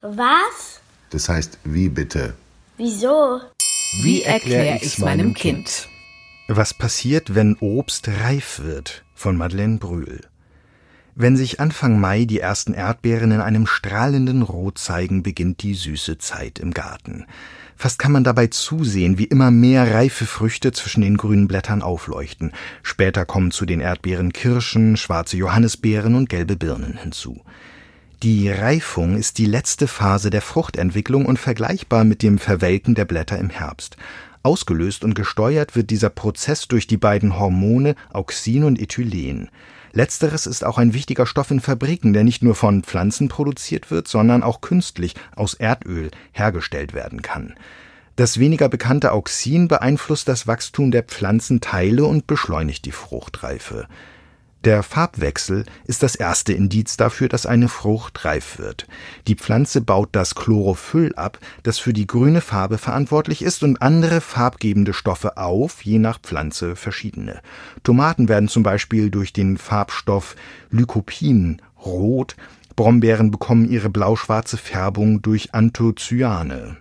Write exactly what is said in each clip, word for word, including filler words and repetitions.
Was? Das heißt, wie bitte? Wieso? Wie erkläre ich's meinem Kind? Was passiert, wenn Obst reif wird? Von Madeleine Brühl. Wenn sich Anfang Mai die ersten Erdbeeren in einem strahlenden Rot zeigen, beginnt die süße Zeit im Garten. Fast kann man dabei zusehen, wie immer mehr reife Früchte zwischen den grünen Blättern aufleuchten. Später kommen zu den Erdbeeren Kirschen, schwarze Johannisbeeren und gelbe Birnen hinzu. Die Reifung ist die letzte Phase der Fruchtentwicklung und vergleichbar mit dem Verwelken der Blätter im Herbst. Ausgelöst und gesteuert wird dieser Prozess durch die beiden Hormone Auxin und Ethylen. Letzteres ist auch ein wichtiger Stoff in Fabriken, der nicht nur von Pflanzen produziert wird, sondern auch künstlich aus Erdöl hergestellt werden kann. Das weniger bekannte Auxin beeinflusst das Wachstum der Pflanzenteile und beschleunigt die Fruchtreife. Der Farbwechsel ist das erste Indiz dafür, dass eine Frucht reif wird. Die Pflanze baut das Chlorophyll ab, das für die grüne Farbe verantwortlich ist, und andere farbgebende Stoffe auf, je nach Pflanze verschiedene. Tomaten werden zum Beispiel durch den Farbstoff Lycopin rot, Brombeeren bekommen ihre blau-schwarze Färbung durch Anthocyane.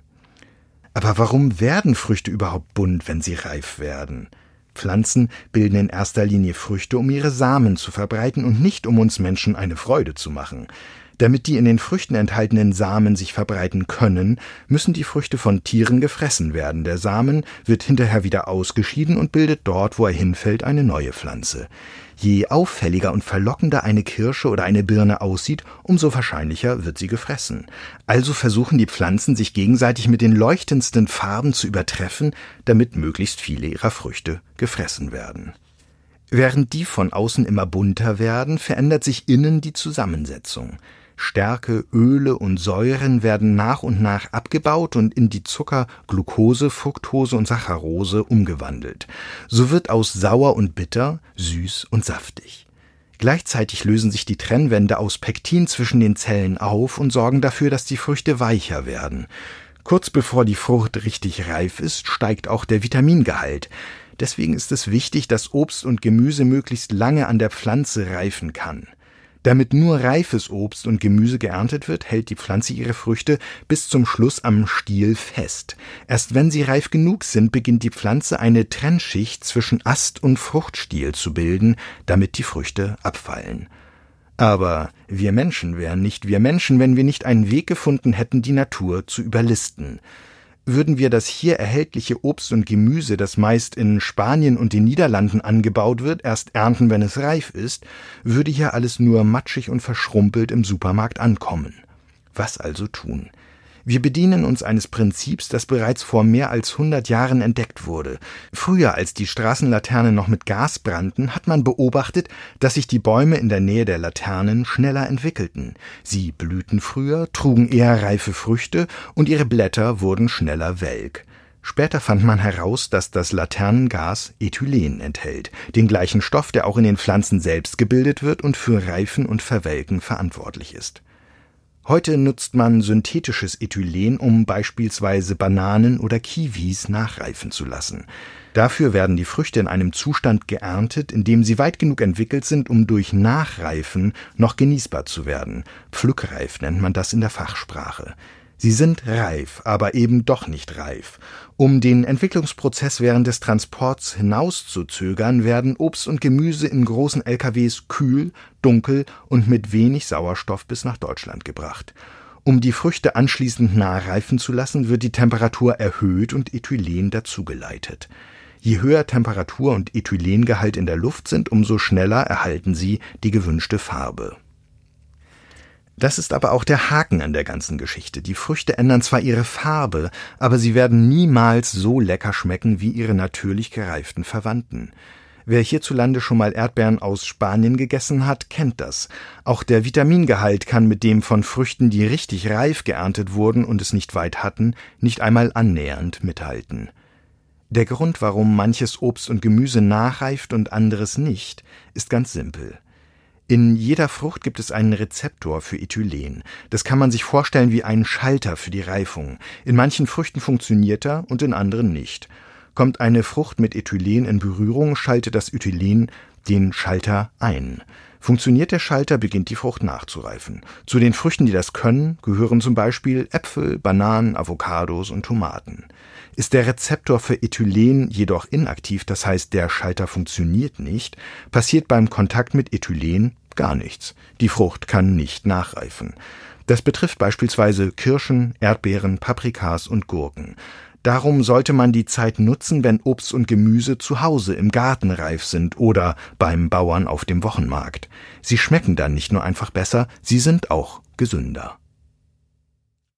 Aber warum werden Früchte überhaupt bunt, wenn sie reif werden? Pflanzen bilden in erster Linie Früchte, um ihre Samen zu verbreiten und nicht, um uns Menschen eine Freude zu machen. Damit die in den Früchten enthaltenen Samen sich verbreiten können, müssen die Früchte von Tieren gefressen werden. Der Samen wird hinterher wieder ausgeschieden und bildet dort, wo er hinfällt, eine neue Pflanze. Je auffälliger und verlockender eine Kirsche oder eine Birne aussieht, umso wahrscheinlicher wird sie gefressen. Also versuchen die Pflanzen, sich gegenseitig mit den leuchtendsten Farben zu übertreffen, damit möglichst viele ihrer Früchte gefressen werden. Während die von außen immer bunter werden, verändert sich innen die Zusammensetzung. Stärke, Öle und Säuren werden nach und nach abgebaut und in die Zucker Glucose, Fructose und Saccharose umgewandelt. So wird aus sauer und bitter süß und saftig. Gleichzeitig lösen sich die Trennwände aus Pektin zwischen den Zellen auf und sorgen dafür, dass die Früchte weicher werden. Kurz bevor die Frucht richtig reif ist, steigt auch der Vitamingehalt. Deswegen ist es wichtig, dass Obst und Gemüse möglichst lange an der Pflanze reifen kann. Damit nur reifes Obst und Gemüse geerntet wird, hält die Pflanze ihre Früchte bis zum Schluss am Stiel fest. Erst wenn sie reif genug sind, beginnt die Pflanze eine Trennschicht zwischen Ast und Fruchtstiel zu bilden, damit die Früchte abfallen. Aber wir Menschen wären nicht wir Menschen, wenn wir nicht einen Weg gefunden hätten, die Natur zu überlisten. Würden wir das hier erhältliche Obst und Gemüse, das meist in Spanien und den Niederlanden angebaut wird, erst ernten, wenn es reif ist, würde hier alles nur matschig und verschrumpelt im Supermarkt ankommen. Was also tun? Wir bedienen uns eines Prinzips, das bereits vor mehr als hundert Jahren entdeckt wurde. Früher, als die Straßenlaternen noch mit Gas brannten, hat man beobachtet, dass sich die Bäume in der Nähe der Laternen schneller entwickelten. Sie blühten früher, trugen eher reife Früchte und ihre Blätter wurden schneller welk. Später fand man heraus, dass das Laternengas Ethylen enthält, den gleichen Stoff, der auch in den Pflanzen selbst gebildet wird und für Reifen und Verwelken verantwortlich ist. Heute nutzt man synthetisches Ethylen, um beispielsweise Bananen oder Kiwis nachreifen zu lassen. Dafür werden die Früchte in einem Zustand geerntet, in dem sie weit genug entwickelt sind, um durch Nachreifen noch genießbar zu werden. Pflückreif nennt man das in der Fachsprache. Sie sind reif, aber eben doch nicht reif. Um den Entwicklungsprozess während des Transports hinauszuzögern, werden Obst und Gemüse in großen L K Ws kühl, dunkel und mit wenig Sauerstoff bis nach Deutschland gebracht. Um die Früchte anschließend nachreifen zu lassen, wird die Temperatur erhöht und Ethylen dazugeleitet. Je höher Temperatur und Ethylengehalt in der Luft sind, umso schneller erhalten sie die gewünschte Farbe. Das ist aber auch der Haken an der ganzen Geschichte. Die Früchte ändern zwar ihre Farbe, aber sie werden niemals so lecker schmecken wie ihre natürlich gereiften Verwandten. Wer hierzulande schon mal Erdbeeren aus Spanien gegessen hat, kennt das. Auch der Vitamingehalt kann mit dem von Früchten, die richtig reif geerntet wurden und es nicht weit hatten, nicht einmal annähernd mithalten. Der Grund, warum manches Obst und Gemüse nachreift und anderes nicht, ist ganz simpel. In jeder Frucht gibt es einen Rezeptor für Ethylen. Das kann man sich vorstellen wie einen Schalter für die Reifung. In manchen Früchten funktioniert er und in anderen nicht. Kommt eine Frucht mit Ethylen in Berührung, schaltet das Ethylen den Schalter ein. Funktioniert der Schalter, beginnt die Frucht nachzureifen. Zu den Früchten, die das können, gehören zum Beispiel Äpfel, Bananen, Avocados und Tomaten. Ist der Rezeptor für Ethylen jedoch inaktiv, das heißt, der Schalter funktioniert nicht, passiert beim Kontakt mit Ethylen gar nichts. Die Frucht kann nicht nachreifen. Das betrifft beispielsweise Kirschen, Erdbeeren, Paprikas und Gurken. Darum sollte man die Zeit nutzen, wenn Obst und Gemüse zu Hause im Garten reif sind oder beim Bauern auf dem Wochenmarkt. Sie schmecken dann nicht nur einfach besser, sie sind auch gesünder.